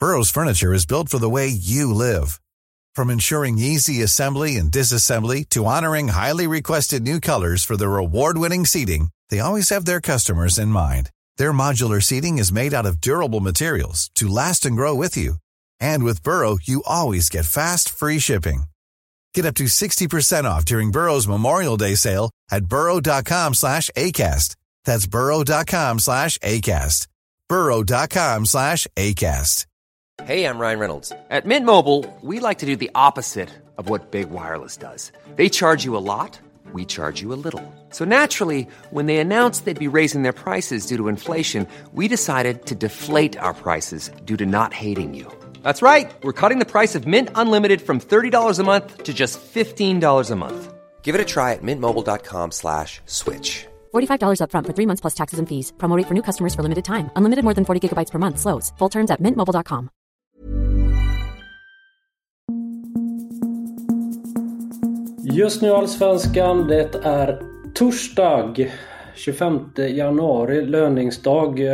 Burrow's furniture is built for the way you live. From ensuring easy assembly and disassembly to honoring highly requested new colors for their award-winning seating, they always have their customers in mind. Their modular seating is made out of durable materials to last and grow with you. And with Burrow, you always get fast, free shipping. Get up to 60% off during Burrow's Memorial Day sale at burrow.com/ACAST. That's burrow.com/ACAST. burrow.com/ACAST. Hey, I'm Ryan Reynolds. At Mint Mobile, we like to do the opposite of what Big Wireless does. They charge you a lot, we charge you a little. So naturally, when they announced they'd be raising their prices due to inflation, we decided to deflate our prices due to not hating you. That's right. We're cutting the price of Mint Unlimited from $30 a month to just $15 a month. Give it a try at mintmobile.com/switch. $45 up front for 3 months plus taxes and fees. Promo rate for new customers for limited time. Unlimited more than 40 gigabytes per month. Slows full terms at mintmobile.com. Just nu Allsvenskan, det är torsdag 25 januari, löningsdag. Det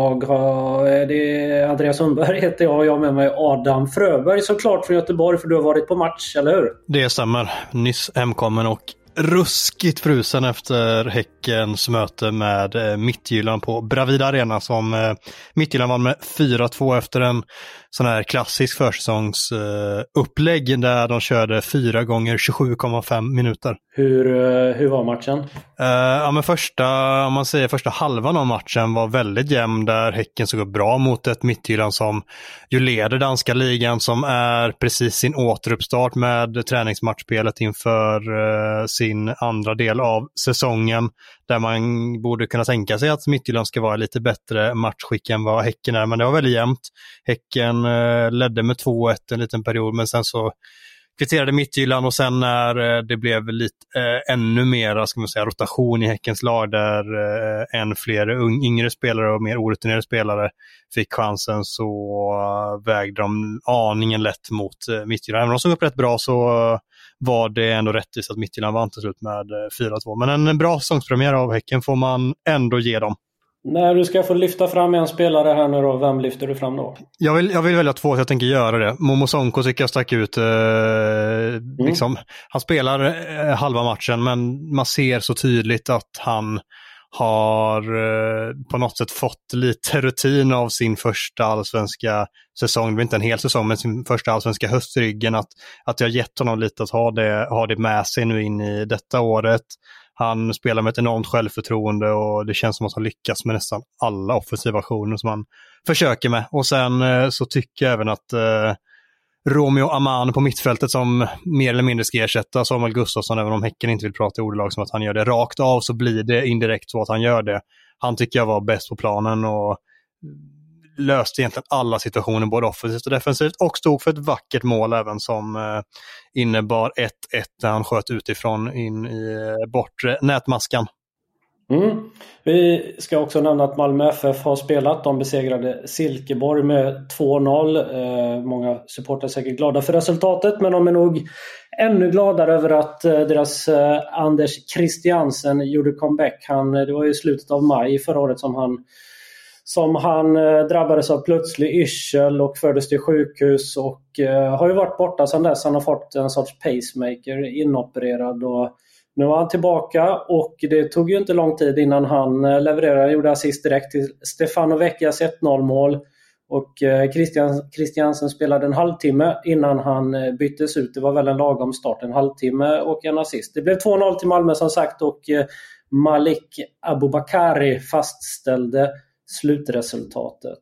är Andreas Sundberg heter jag och jag med mig Adam Fröberg såklart från Göteborg, för du har varit på match, eller hur? Det stämmer. Nyss hemkommen och ruskigt frusen efter Häckens möte med Midtjylland på Bravida Arena, som Midtjylland vann med 4-2 efter en sån här klassisk försäsongsupplägg där de körde 4 gånger 27,5 minuter. Hur var matchen? Ja, men första halvan av matchen var väldigt jämn, där Häcken såg upp bra mot ett Midtjylland som ju leder danska ligan, som är precis sin återuppstart med träningsmatchspelet inför sin andra del av säsongen, där man borde kunna tänka sig att Midtjylland ska vara lite bättre matchskick än vad Häcken är, men det var väldigt jämnt. Häcken ledde med 2-1 en liten period, men sen så kvitterade Midtjylland, och sen när det blev lite ännu mer, ska man säga, rotation i Häckens lag, där än fler yngre spelare och mer orutinerade spelare fick chansen, så vägde de aningen lätt mot Midtjylland. Även om de såg upp rätt bra, så var det ändå rättvist att Midtjylland vann till slut med 4-2. Men en bra säsongspremiär av Häcken får man ändå ge dem. När du ska få lyfta fram en spelare här nu då, vem lyfter du fram då? Jag vill välja 2, så jag tänker göra det. Momo Sonko tycker jag stack ut. Liksom. Han spelar halva matchen, men man ser så tydligt att han har på något sätt fått lite rutin av sin första allsvenska säsong. Det blir inte en hel säsong, men sin första allsvenska höstryggen. Att jag har gett honom lite att ha det med sig nu in i detta året. Han spelar med ett enormt självförtroende, och det känns som att han lyckas med nästan alla offensiva aktioner som han försöker med. Och sen så tycker jag även att Romeo Aman på mittfältet, som mer eller mindre ska ersätta Samuel Gustafsson, även om Häcken inte vill prata i ordalag som att han gör det rakt av, så blir det indirekt så att han gör det. Han tycker jag var bäst på planen och löste egentligen alla situationer, både offensivt och defensivt, och stod för ett vackert mål även, som innebar 1-1 där han sköt utifrån in i bortre nätmaskan. Vi ska också nämna att Malmö FF har spelat. De besegrade Silkeborg med 2-0. Många supportrar är säkert glada för resultatet, men de är nog ännu gladare över att deras Anders Christiansen gjorde comeback. Det var i slutet av maj förra året som han drabbades av plötslig yrsel och fördes till sjukhus, och har ju varit borta sedan dess. Han har fått en sorts pacemaker inopererad, och nu var han tillbaka, och det tog ju inte lång tid innan han gjorde assist direkt till Stefano Vecchias 1-0-mål, och Christiansen spelade en halvtimme innan han byttes ut. Det var väl en lagom start, en halvtimme och en assist. Det blev 2-0 till Malmö som sagt, och Malik Abubakari fastställde slutresultatet.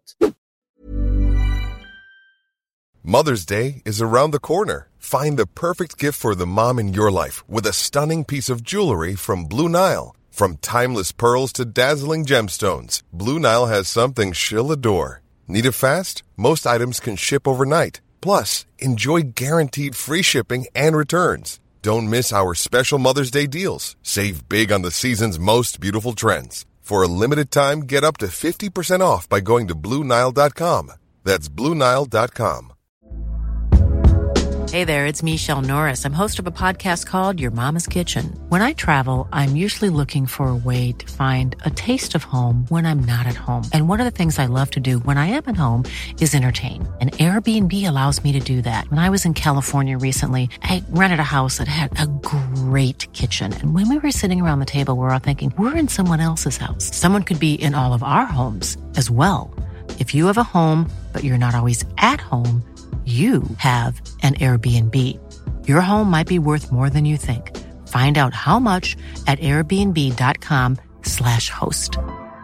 Mother's Day is around the corner. Find the perfect gift for the mom in your life with a stunning piece of jewelry from Blue Nile. From timeless pearls to dazzling gemstones, Blue Nile has something she'll adore. Need it fast? Most items can ship overnight. Plus, enjoy guaranteed free shipping and returns. Don't miss our special Mother's Day deals. Save big on the season's most beautiful trends. For a limited time, get up to 50% off by going to BlueNile.com. That's BlueNile.com. Hey there, it's Michelle Norris. I'm host of a podcast called Your Mama's Kitchen. When I travel, I'm usually looking for a way to find a taste of home when I'm not at home. And one of the things I love to do when I am at home is entertain. And Airbnb allows me to do that. When I was in California recently, I rented a house that had a great kitchen. And when we were sitting around the table, we were all thinking, we're in someone else's house. Someone could be in all of our homes as well. If you have a home, but you're not always at home, you have an Airbnb. Your home might be worth more than you think. Find out how much at airbnb.com/host.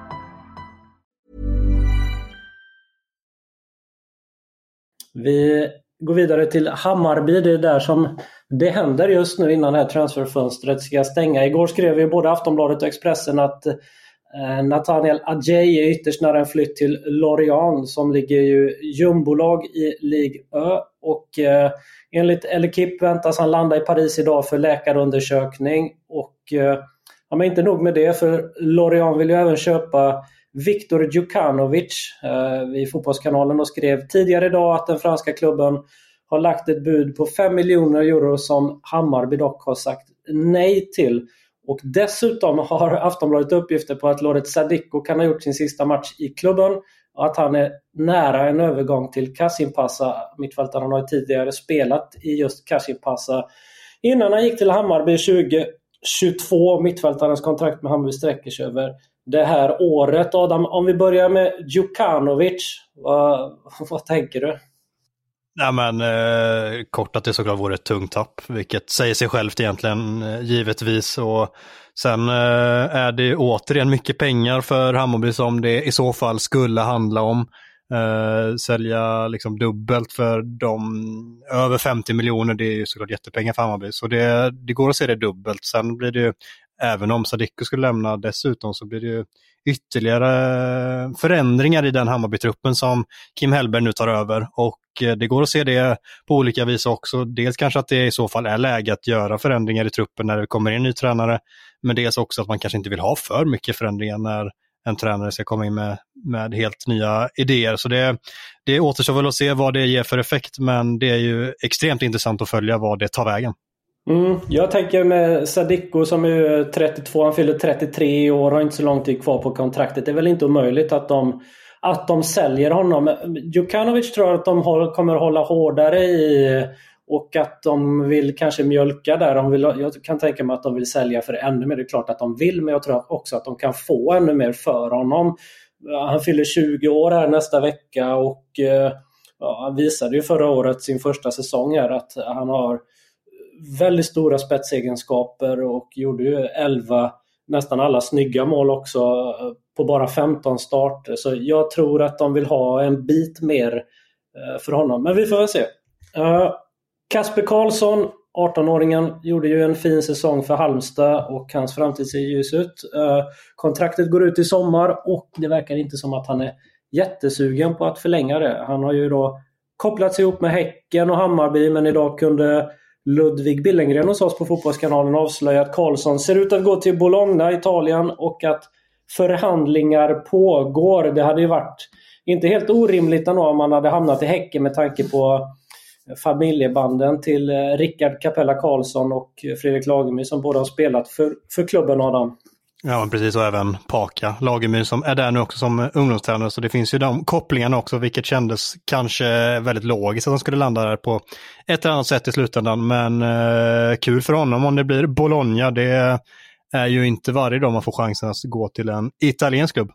Vi går vidare till Hammarby. Det är där som det händer just nu innan det här transferfönstret ska stänga. Igår skrev ju både Aftonbladet och Expressen att Nathaniel Adjei är ytterst nära en flytt till Lorient som ligger ju jumbolag i Ligue Ö, och enligt L'Equipe väntas han landa i Paris idag för läkarundersökning, och men inte nog med det, för Lorient vill ju även köpa Viktor Djukanovic i Fotbollskanalen, och skrev tidigare idag att den franska klubben har lagt ett bud på 5 miljoner euro som Hammarby dock har sagt nej till. Och dessutom har Aftonbladet uppgifter på att Loret Sadiko kan ha gjort sin sista match i klubben och att han är nära en övergång till Kasimpasa. Mittfältaren har tidigare spelat i just Kasimpasa innan han gick till Hammarby 2022. Mittfältarens kontrakt med Hammarby sträcker sig över det här året. Adam, om vi börjar med Djukanovic, vad tänker du? Ja, men kort att det såklart vore ett tungt tapp, vilket säger sig självt egentligen, givetvis. Och sen är det återigen mycket pengar för Hammarby som det i så fall skulle handla om. Sälja liksom dubbelt för dem, över 50 miljoner, det är ju såklart jättepengar för Hammarby. Så det går att se det dubbelt. Sen blir det ju, även om Sadiko skulle lämna dessutom, så blir det ju ytterligare förändringar i den Hammarby-truppen som Kim Hellberg nu tar över, och det går att se det på olika vis också. Dels kanske att det i så fall är läge att göra förändringar i truppen när det kommer in en ny tränare, men dels också att man kanske inte vill ha för mycket förändringar när en tränare ska komma in med helt nya idéer. Så det återstår väl att se vad det ger för effekt, men det är ju extremt intressant att följa vad det tar vägen. Jag tänker med Sadiko som är 32, han fyller 33 i år och har inte så lång tid kvar på kontraktet. Det är väl inte omöjligt att de säljer honom. Djukanovic tror att de kommer hålla hårdare i, och att de vill kanske mjölka där. Jag kan tänka mig att de vill sälja för ännu mer. Det är klart att de vill, men jag tror också att de kan få ännu mer för honom. Han fyller 20 år här nästa vecka, och han visade ju förra året sin första säsong här att han har väldigt stora spetsegenskaper och gjorde ju 11, nästan alla snygga mål också på bara 15 starter. Så jag tror att de vill ha en bit mer för honom. Men vi får väl se. Kasper Karlsson, 18-åringen, gjorde ju en fin säsong för Halmstad och hans framtid ser ljus ut. Kontraktet går ut i sommar och det verkar inte som att han är jättesugen på att förlänga det. Han har ju då kopplats ihop med Häcken och Hammarby, men idag kunde Ludvig Billengren hos oss på Fotbollskanalen avslöja att Karlsson ser ut att gå till Bologna, Italien, och att förhandlingar pågår. Det hade ju varit inte helt orimligt ändå om man hade hamnat i Häcken med tanke på familjebanden till Rickard Capella Karlsson och Fredrik Lagemyr som båda har spelat för klubben, Adam. Ja, men precis, och även Paka Lagemyr som är där nu också som ungdomstränare, så det finns ju de kopplingarna också, vilket kändes kanske väldigt logiskt att de skulle landa där på ett eller annat sätt i slutändan, men kul för honom om det blir Bologna. Det är ju inte varje dag man får chansen att gå till en italiensk klubb.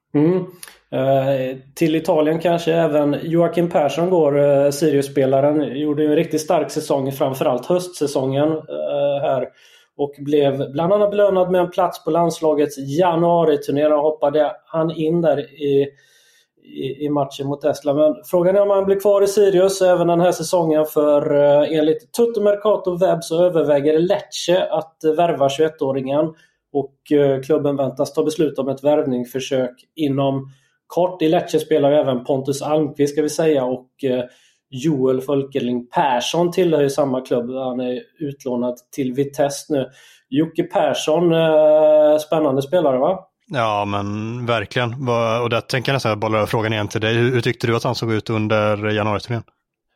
Till Italien kanske även Joakim Persson går, Sirius-spelaren, gjorde en riktigt stark säsong, framförallt höstsäsongen här, och blev bland annat belönad med en plats på landslagets januari-turnering. Hoppade han in där i matchen mot Estland. Men frågan är om han blir kvar i Sirius även den här säsongen, för enligt Tutto Mercato Webb så överväger Lecce att värva 21-åringen, och klubben väntas ta beslut om ett värvningsförsök inom kort. I Lecce spelar även Pontus Almqvist, ska vi säga, och Joel Folkeling Persson tillhör ju samma klubb. Han är utlånad till Vitesse nu. Jocke Persson, spännande spelare, va? Ja, men verkligen. Och där tänker jag nästan bolla frågan igen till dig. Hur tyckte du att han såg ut under januari-turnén?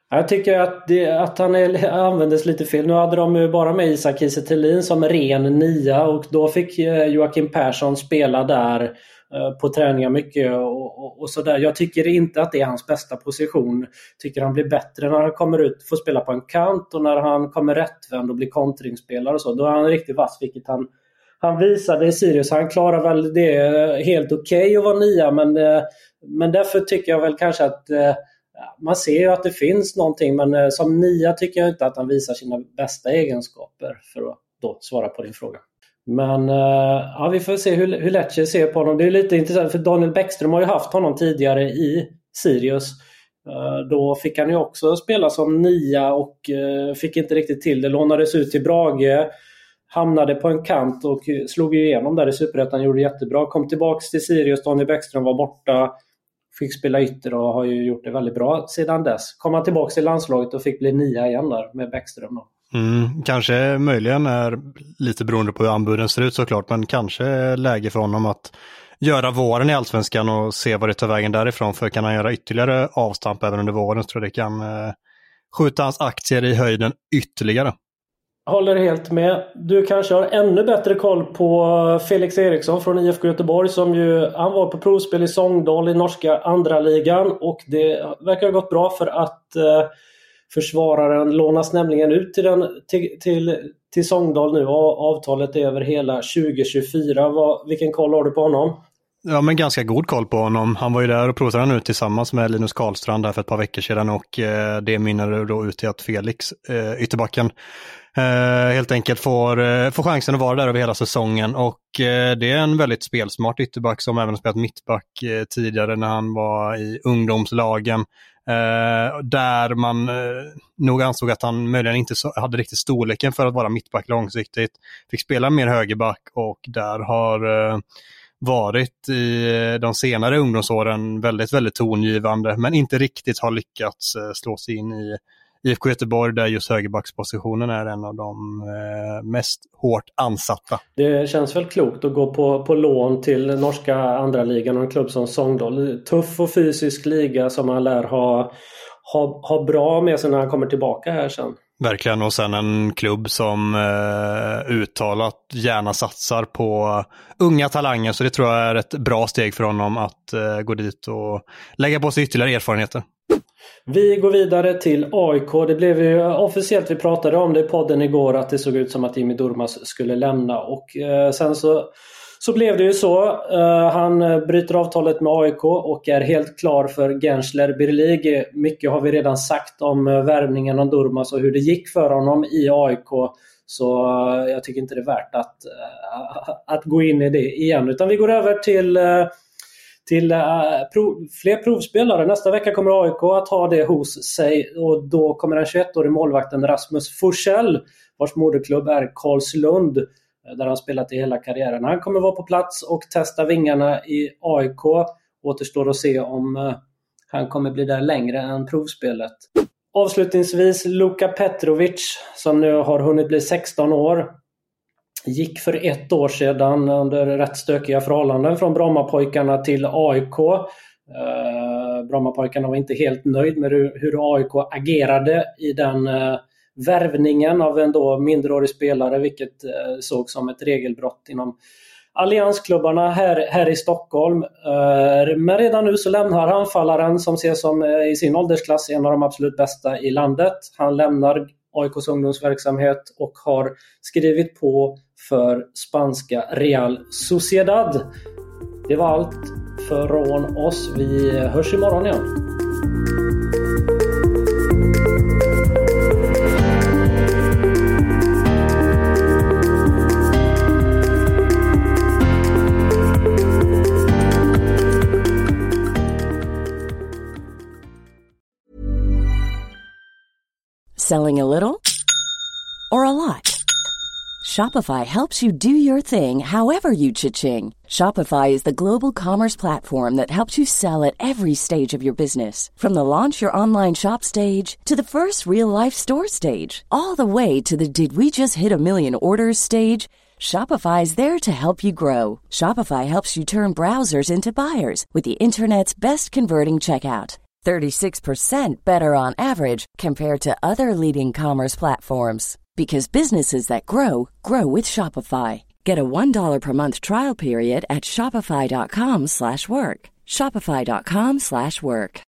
Jag tycker att han användes lite fel. Nu hade de ju bara med Isak Kiese Thelin som ren 9 och då fick Joakim Persson spela där på träningar mycket och sådär. Jag tycker inte att det är hans bästa position. Tycker han blir bättre när han kommer ut, får spela på en kant, och när han kommer rättvänd och blir kontringsspelare och så. Då är han riktigt vass, vilket han visade i Sirius. Han klarar väl det helt okej att vara 9, men därför tycker jag väl kanske att man ser ju att det finns någonting, men som 9 tycker jag inte att han visar sina bästa egenskaper, för att då svara på din fråga. Men ja, vi får se hur Lecce ser på honom. Det är lite intressant, för Daniel Bäckström har ju haft honom tidigare i Sirius. Då fick han ju också spela som 9 och fick inte riktigt till det. Lånades ut till Brage, hamnade på en kant och slog igenom där i Superettan, gjorde jättebra. Kom tillbaks till Sirius, Daniel Bäckström var borta, fick spela ytter och har ju gjort det väldigt bra sedan dess. Kom han tillbaks till landslaget och fick bli 9 igen där med Bäckström då. Kanske möjligen är lite beroende på hur anbuden ser ut såklart, men kanske läge för honom att göra våren i Allsvenskan och se vad det tar vägen därifrån, för kan han göra ytterligare avstamp även under våren så tror jag det kan skjuta hans aktier i höjden ytterligare. Håller helt med. Du kanske har ännu bättre koll på Felix Eriksson från IFK Göteborg, som ju, han var på provspel i Sogndal i norska andra ligan och det verkar ha gått bra för att försvararen lånas nämligen ut till Sogndal nu, och avtalet är över hela 2024. Vilken koll har du på honom? Ja, men ganska god koll på honom. Han var ju där och provade nu tillsammans med Linus Karlstrand där för ett par veckor sedan, och det mynnade då ut till att Felix, ytterbacken, helt enkelt får chansen att vara där över hela säsongen, och det är en väldigt spelsmart ytterback som även har spelat mittback tidigare när han var i ungdomslagen, där man nog ansåg att han möjligen inte hade riktigt storleken för att vara mittback långsiktigt, fick spela mer högerback och där har varit i de senare ungdomsåren väldigt, väldigt tongivande, men inte riktigt har lyckats slå sig in i IFK Göteborg, där just högerbackspositionen är en av de mest hårt ansatta. Det känns väl klokt att gå på lån till norska andra ligan och en klubb som Sogndal. Tuff och fysisk liga som han lär ha bra med sig när han kommer tillbaka här sen. Verkligen, och sen en klubb som uttalat gärna satsar på unga talanger, så det tror jag är ett bra steg för honom att gå dit och lägga på sig ytterligare erfarenheter. Vi går vidare till AIK. Det blev ju officiellt, vi pratade om det i podden igår, att det såg ut som att Jimmy Durmaz skulle lämna, och sen så blev det ju så. Han bryter avtalet med AIK och är helt klar för Gensler Birlig. Mycket har vi redan sagt om värvningen av Durmaz och hur det gick för honom i AIK. Så jag tycker inte det är värt att gå in i det igen. Utan vi går över till fler provspelare. Nästa vecka kommer AIK att ha det hos sig, och då kommer den 21-årige målvakten Rasmus Forsell, vars moderklubb är Karlslund, där han spelat i hela karriären. Han kommer vara på plats och testa vingarna i AIK. Återstår att se om han kommer bli där längre än provspelet. Avslutningsvis Luka Petrovic, som nu har hunnit bli 16 år. Gick för 1 år sedan under rätt stökiga förhållanden från Brommapojkarna till AIK. Brommapojkarna var inte helt nöjd med hur AIK agerade i den värvningen av en då mindreårig spelare, vilket såg som ett regelbrott inom alliansklubbarna här i Stockholm. Men redan nu så lämnar anfallaren, som ses som i sin åldersklass en av de absolut bästa i landet. Han lämnar AIKs ungdomsverksamhet och har skrivit på för spanska Real Sociedad. Det var allt från oss. Vi hörs imorgon igen. Selling a little or a lot? Shopify helps you do your thing however you cha-ching. Shopify is the global commerce platform that helps you sell at every stage of your business. From the launch your online shop stage to the first real-life store stage, all the way to the did we just hit a million orders stage. Shopify is there to help you grow. Shopify helps you turn browsers into buyers with the internet's best converting checkout. 36% better on average compared to other leading commerce platforms. Because businesses that grow, grow with Shopify. Get a $1 per month trial period at shopify.com/work. Shopify.com/work.